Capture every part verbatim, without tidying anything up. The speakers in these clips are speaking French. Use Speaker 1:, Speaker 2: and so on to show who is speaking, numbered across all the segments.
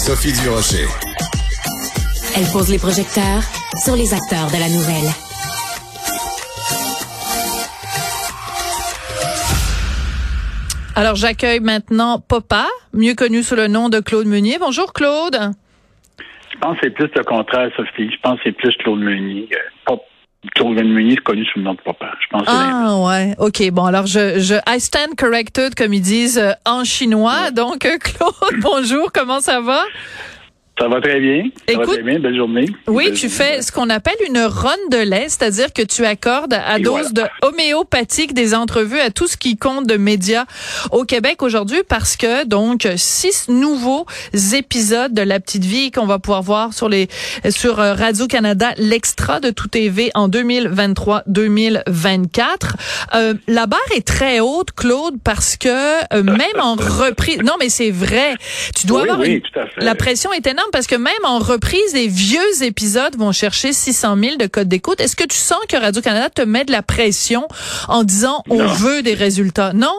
Speaker 1: Sophie Durocher.
Speaker 2: Elle pose les projecteurs sur les acteurs de la nouvelle.
Speaker 3: Alors, j'accueille maintenant Papa, mieux connu sous le nom de Claude Meunier. Bonjour, Claude.
Speaker 4: Je pense que c'est plus le contraire, Sophie. Je pense que c'est plus Claude Meunier. Pas Claude Meunier, c'est connu sous le nom de Papa. Je pense que
Speaker 3: ah, ouais. OK. Bon, alors, je, je, I stand corrected, comme ils disent euh, en chinois. Ouais. Donc, euh, Claude, bonjour. Comment ça va?
Speaker 4: Ça va très bien. Ça
Speaker 3: Écoute,
Speaker 4: va très bien. Belle journée.
Speaker 3: Oui,
Speaker 4: Belle
Speaker 3: tu
Speaker 4: journée.
Speaker 3: fais ce qu'on appelle une run de lait, c'est-à-dire que tu accordes à
Speaker 4: Et
Speaker 3: dose
Speaker 4: voilà.
Speaker 3: de homéopathique des entrevues à tout ce qui compte de médias au Québec aujourd'hui parce que, donc, six nouveaux épisodes de La Petite Vie qu'on va pouvoir voir sur les, sur Radio-Canada, l'extra de Tout T V en deux mille vingt-trois deux mille vingt-quatre. Euh, la barre est très haute, Claude, parce que euh, même en reprise, non, mais c'est vrai, tu dois
Speaker 4: Oui,
Speaker 3: avoir
Speaker 4: oui,
Speaker 3: une,
Speaker 4: tout à fait.
Speaker 3: la pression est énorme parce que même en reprise, les vieux épisodes vont chercher six cent mille de codes d'écoute. Est-ce que tu sens que Radio-Canada te met de la pression en disant on
Speaker 4: Non.
Speaker 3: veut des résultats? Non?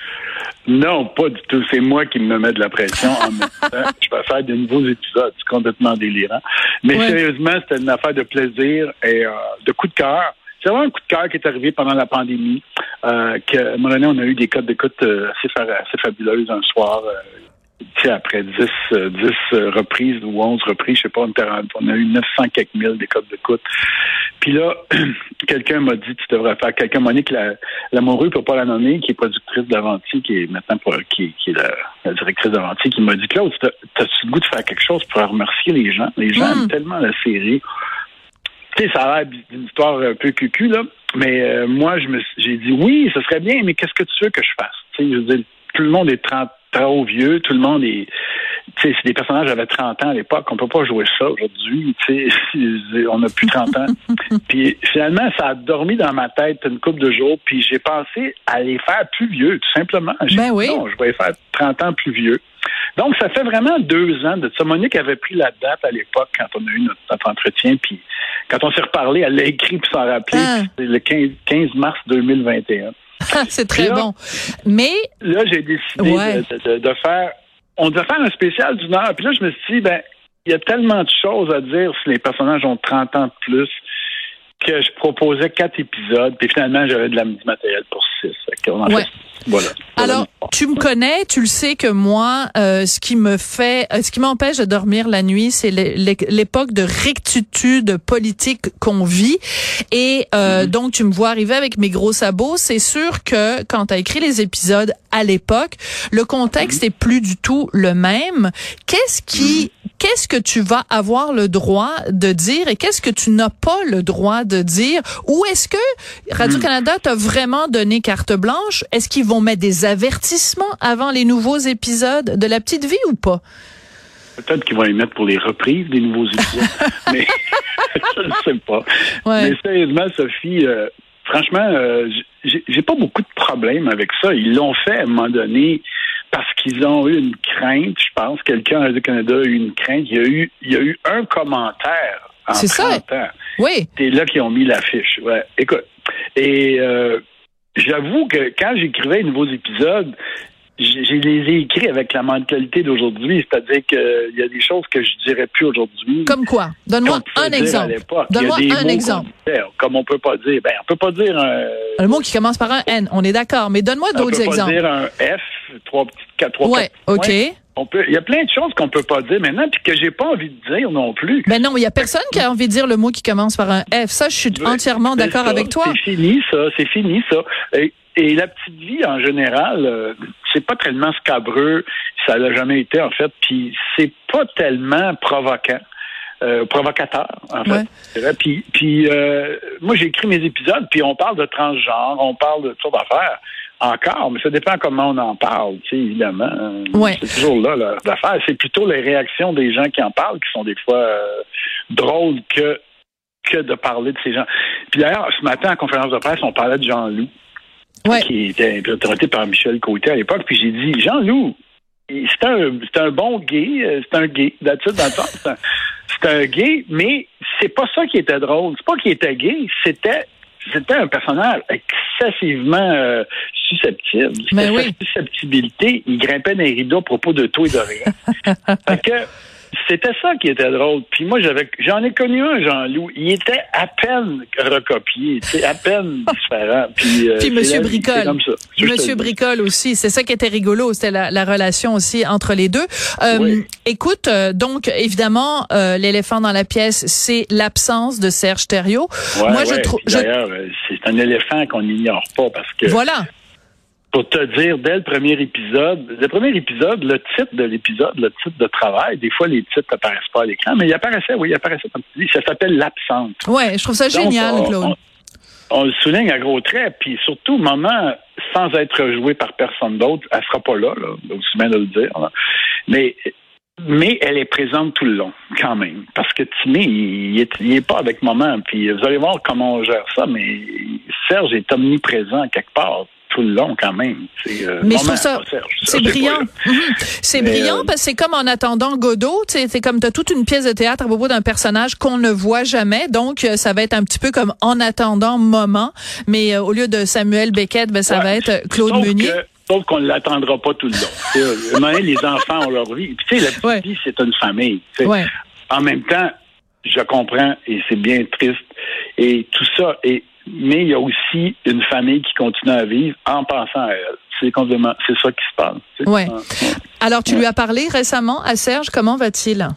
Speaker 4: Non, pas du tout. C'est moi qui me mets de la pression en même temps. Je vais faire de nouveaux épisodes. C'est complètement délirant. Mais
Speaker 3: Ouais.
Speaker 4: sérieusement, c'était une affaire de plaisir et euh, de coup de cœur. C'est vraiment un coup de cœur qui est arrivé pendant la pandémie. Euh, qu'à un moment donné, on a eu des codes d'écoute euh, assez, fa- assez fabuleuses un soir. Euh, tu sais, après dix, euh, dix euh, reprises ou onze reprises, je sais pas, on, était rendu- on a eu neuf cents quelques mille des codes d'écoute. Puis là, quelqu'un m'a dit, tu devrais faire, quelqu'un m'a dit que la, l'amoureux, pour pas la nommer, qui est productrice d'Avanti, qui est maintenant pour, qui, qui est la, la directrice d'Avanti, qui m'a dit, Claude, t'as, t'as-tu le goût de faire quelque chose pour remercier les gens? Les gens
Speaker 3: Mm.
Speaker 4: aiment tellement la série. Tu sais, ça a l'air d'une histoire un peu cucu, là, mais euh, moi, je me, suis- j'ai dit, oui, ce serait bien, mais qu'est-ce que tu veux que je fasse? Tu sais, je veux dire, tout le monde est trente, trop vieux, tout le monde est... Tu sais, c'est des personnages qui avaient trente ans à l'époque, on peut pas jouer ça aujourd'hui, tu sais, on n'a plus trente ans. Puis finalement, ça a dormi dans ma tête une couple de jours, puis j'ai pensé à les faire plus vieux, tout simplement. J'ai
Speaker 3: Ben
Speaker 4: dit,
Speaker 3: oui.
Speaker 4: non, je vais les faire trente ans plus vieux. Donc, ça fait vraiment deux ans de ça. Monique avait pris la date à l'époque quand on a eu notre, notre entretien, puis quand on s'est reparlé, elle l'a écrit pour s'en rappeler,
Speaker 3: Ah.
Speaker 4: puis c'est le quinze, quinze mars deux mille vingt et un.
Speaker 3: C'est très
Speaker 4: Puis là,
Speaker 3: bon. Mais,
Speaker 4: Là, j'ai décidé
Speaker 3: Ouais.
Speaker 4: de, de- de- de faire... On devait faire un spécial d'une heure. Puis là, je me suis dit, ben, il y a tellement de choses à dire si les personnages ont trente ans de plus que je proposais quatre épisodes. Puis finalement, j'avais de la, du matériel pour six. Fait qu'on en
Speaker 3: Ouais.
Speaker 4: fait, voilà.
Speaker 3: alors,
Speaker 4: Voilà.
Speaker 3: tu me connais, tu le sais que moi, euh, ce qui me fait, euh, ce qui m'empêche de dormir la nuit, c'est l'é- l'é- l'époque de rectitude politique qu'on vit. Et euh,
Speaker 4: Mm-hmm.
Speaker 3: donc, tu me vois arriver avec mes gros sabots. C'est sûr que quand tu as écrit les épisodes à l'époque, le contexte
Speaker 4: Mm-hmm.
Speaker 3: est plus du tout le même. Qu'est-ce qui, qu'est-ce que tu vas avoir le droit de dire et qu'est-ce que tu n'as pas le droit de dire? Ou est-ce que Radio-Canada t'a vraiment donné carte blanche? Est-ce qu'ils vont mettre des avertissements avant les nouveaux épisodes de La Petite Vie ou pas?
Speaker 4: Peut-être qu'ils vont les mettre pour les reprises des nouveaux épisodes. mais je ne sais pas.
Speaker 3: Ouais.
Speaker 4: Mais sérieusement, Sophie, euh, franchement, euh, j'ai, j'ai pas beaucoup de problèmes avec ça. Ils l'ont fait à un moment donné parce qu'ils ont eu une crainte. Je pense quelqu'un à Radio-Canada a eu une crainte. Il y a eu, il y a eu un commentaire en
Speaker 3: C'est ça.
Speaker 4: trente ans.
Speaker 3: Oui.
Speaker 4: C'est là qu'ils ont mis l'affiche. Ouais. Écoute, et euh, j'avoue que quand j'écrivais les nouveaux épisodes, je, je les ai écrits avec la mentalité d'aujourd'hui, c'est-à-dire qu'il y a des choses que je dirais plus aujourd'hui.
Speaker 3: Comme quoi? Donne-moi
Speaker 4: qu'on pouvait
Speaker 3: un
Speaker 4: dire à
Speaker 3: exemple.
Speaker 4: l'époque. Il y a
Speaker 3: Donne-moi
Speaker 4: des
Speaker 3: un
Speaker 4: mots
Speaker 3: exemple.
Speaker 4: qu'on disait, comme on peut pas dire, ben on peut pas dire un.
Speaker 3: Le mot qui commence par un N, on est d'accord, mais donne-moi
Speaker 4: on
Speaker 3: d'autres
Speaker 4: peut pas
Speaker 3: exemples.
Speaker 4: dire un F, trois petites, quatre, trois,
Speaker 3: Ouais,
Speaker 4: quatre
Speaker 3: OK.
Speaker 4: points. On peut, il y a plein de choses qu'on peut pas dire maintenant, puis que j'ai pas envie de dire non plus.
Speaker 3: Ben non, il y a personne qui a envie de dire le mot qui commence par un F. Ça, je suis
Speaker 4: Ouais,
Speaker 3: entièrement
Speaker 4: c'est
Speaker 3: d'accord
Speaker 4: ça.
Speaker 3: avec toi.
Speaker 4: C'est fini, ça. C'est fini, ça. Et, et la petite vie, en général, euh, c'est pas tellement scabreux. Ça l'a jamais été, en fait. Puis c'est pas tellement provoquant. Euh, provocateur, en fait.
Speaker 3: Ouais.
Speaker 4: C'est vrai. Puis, puis euh, moi, j'ai écrit mes épisodes, puis on parle de transgenre, on parle de toutes sortes d'affaires. Encore, mais ça dépend comment on en parle, tu sais, évidemment. Euh,
Speaker 3: Ouais.
Speaker 4: C'est toujours là, là, l'affaire. C'est plutôt les réactions des gens qui en parlent qui sont des fois euh, drôles que que de parler de ces gens. Puis d'ailleurs, ce matin, en conférence de presse, on parlait de Jean-Loup,
Speaker 3: Ouais.
Speaker 4: qui était interprété par Michel Côté à l'époque, puis j'ai dit, Jean-Loup, c'est un, c'est un bon gay, euh, c'est un gay, d'habitude, dans le temps, c'est un, c'est un gay, mais c'est pas ça qui était drôle. C'est pas qu'il était gay, c'était c'était un personnage excessivement euh, susceptible.
Speaker 3: Mais
Speaker 4: C'était
Speaker 3: oui.
Speaker 4: sa susceptibilité. Il grimpait dans les rideaux à propos de tout et de rien. Fait que c'était ça qui était drôle. Puis moi, j'avais, j'en ai connu un, Jean-Loup. Il était à peine recopié, tu sais, à peine différent. Puis, euh,
Speaker 3: Puis Monsieur Bricole.
Speaker 4: Comme ça.
Speaker 3: Monsieur Bricole aussi. C'est ça qui était rigolo. C'était la, la relation aussi entre les deux. Euh,
Speaker 4: oui.
Speaker 3: Écoute, euh, donc, évidemment, euh, l'éléphant dans la pièce, c'est l'absence de Serge Thériault.
Speaker 4: Ouais,
Speaker 3: moi,
Speaker 4: ouais.
Speaker 3: je trouve.
Speaker 4: D'ailleurs, je... c'est un éléphant qu'on n'ignore pas parce que.
Speaker 3: Voilà.
Speaker 4: Pour te dire, dès le premier épisode, le premier épisode, le titre de l'épisode, le titre de travail, des fois, les titres n'apparaissent pas à l'écran, mais il apparaissait, oui, il apparaissait, comme tu dis, ça s'appelle l'absente.
Speaker 3: Ouais, je trouve ça
Speaker 4: Donc,
Speaker 3: génial,
Speaker 4: on,
Speaker 3: Claude.
Speaker 4: On, on le souligne à gros traits, puis surtout, maman, sans être jouée par personne d'autre, elle sera pas là, là, aussi bien de le dire, là. Mais, mais elle est présente tout le long, quand même. Parce que Timmy, il est, il est pas avec maman, puis vous allez voir comment on gère ça, mais Serge est omniprésent quelque part. Tout le long, quand même. C'est, euh,
Speaker 3: mais
Speaker 4: moment,
Speaker 3: je trouve ça,
Speaker 4: Serge,
Speaker 3: c'est brillant. Mmh. C'est mais brillant euh, parce que c'est comme En attendant Godot. C'est comme tu as toute une pièce de théâtre à propos d'un personnage qu'on ne voit jamais. Donc, ça va être un petit peu comme En attendant Moment. Mais euh, au lieu de Samuel Beckett, ben, ça ouais, va être Claude Meunier.
Speaker 4: Que, sauf qu'on ne l'attendra pas tout le long. Maintenant, les enfants ont leur vie. Puis, tu sais, la petite ouais. vie, c'est une famille. Ouais. En même temps, je comprends et c'est bien triste. Et tout ça est mais il y a aussi une famille qui continue à vivre en pensant à elle. C'est complètement, c'est ça qui se passe.
Speaker 3: Ouais. Alors, tu ouais. lui as parlé récemment à Serge. Comment va-t-il?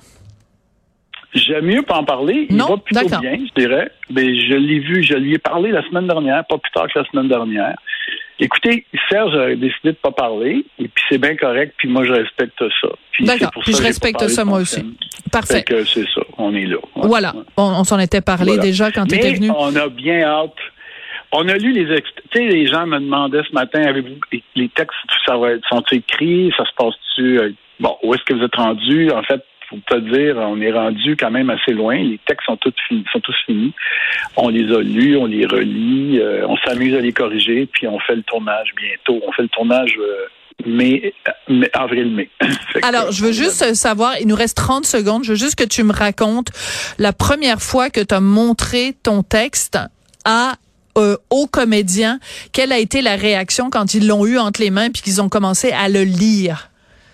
Speaker 4: J'aime mieux pas en parler. Il
Speaker 3: non?
Speaker 4: va plutôt D'accord. bien, je dirais. Mais je l'ai vu, je lui ai parlé la semaine dernière, pas plus tard que la semaine dernière. Écoutez, Serge a décidé de pas parler, et puis c'est bien correct, puis moi je respecte ça. Puis
Speaker 3: D'accord, puis je respecte ça moi aussi.
Speaker 4: Film.
Speaker 3: Parfait.
Speaker 4: Fait que c'est ça, on est là. Ouais.
Speaker 3: Voilà, on, on s'en était parlé voilà. déjà quand tu étais venu.
Speaker 4: On a bien hâte. On a lu les extraits. Tu sais, les gens me demandaient ce matin, avez-vous les textes, ça va être, sont écrits, ça se passe-tu? Euh, bon, où est-ce que vous êtes rendus? En fait, pour te dire, on est rendu quand même assez loin. Les textes sont tous finis, sont tous finis. On les a lus, on les relit, euh, on s'amuse à les corriger, puis on fait le tournage bientôt. On fait le tournage euh, mai, mai, avril-mai.
Speaker 3: Alors, que, je veux juste a... savoir, il nous reste trente secondes, je veux juste que tu me racontes la première fois que tu as montré ton texte à Euh, aux comédiens, quelle a été la réaction quand ils l'ont eu entre les mains puis qu'ils ont commencé à le lire?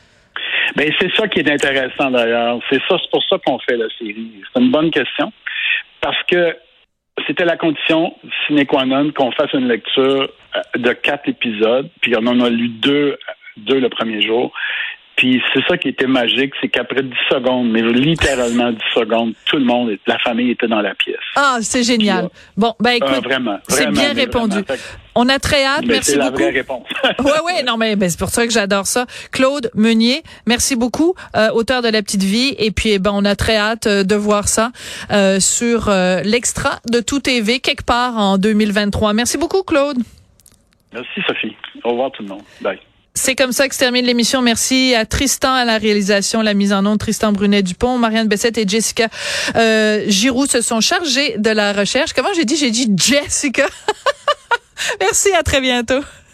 Speaker 4: Ben c'est ça qui est intéressant d'ailleurs. C'est ça, c'est pour ça qu'on fait la série. C'est une bonne question parce que c'était la condition sine qua non qu'on fasse une lecture de quatre épisodes, puis on en a lu deux, deux le premier jour. Puis c'est ça qui était magique, c'est qu'après dix secondes, mais littéralement dix secondes, tout le monde, la famille était dans la pièce.
Speaker 3: Ah, c'est génial. Là, bon, ben écoute,
Speaker 4: euh, vraiment,
Speaker 3: c'est
Speaker 4: vraiment,
Speaker 3: bien répondu.
Speaker 4: Vraiment.
Speaker 3: On a très hâte,
Speaker 4: mais
Speaker 3: merci
Speaker 4: c'est
Speaker 3: beaucoup.
Speaker 4: C'est la vraie réponse.
Speaker 3: ouais, ouais, non mais ben, c'est pour ça que j'adore ça. Claude Meunier, merci beaucoup, euh, auteur de La Petite Vie, et puis ben on a très hâte euh, de voir ça euh, sur euh, l'extra de Tout T V quelque part en deux mille vingt-trois. Merci beaucoup, Claude.
Speaker 4: Merci, Sophie. Au revoir tout le monde. Bye.
Speaker 3: C'est comme ça que se termine l'émission. Merci à Tristan à la réalisation, la mise en onde, Tristan Brunet-Dupont, Marianne Bessette et Jessica euh, Giroux se sont chargés de la recherche. Comment j'ai dit? J'ai dit Jessica. Merci, à très bientôt.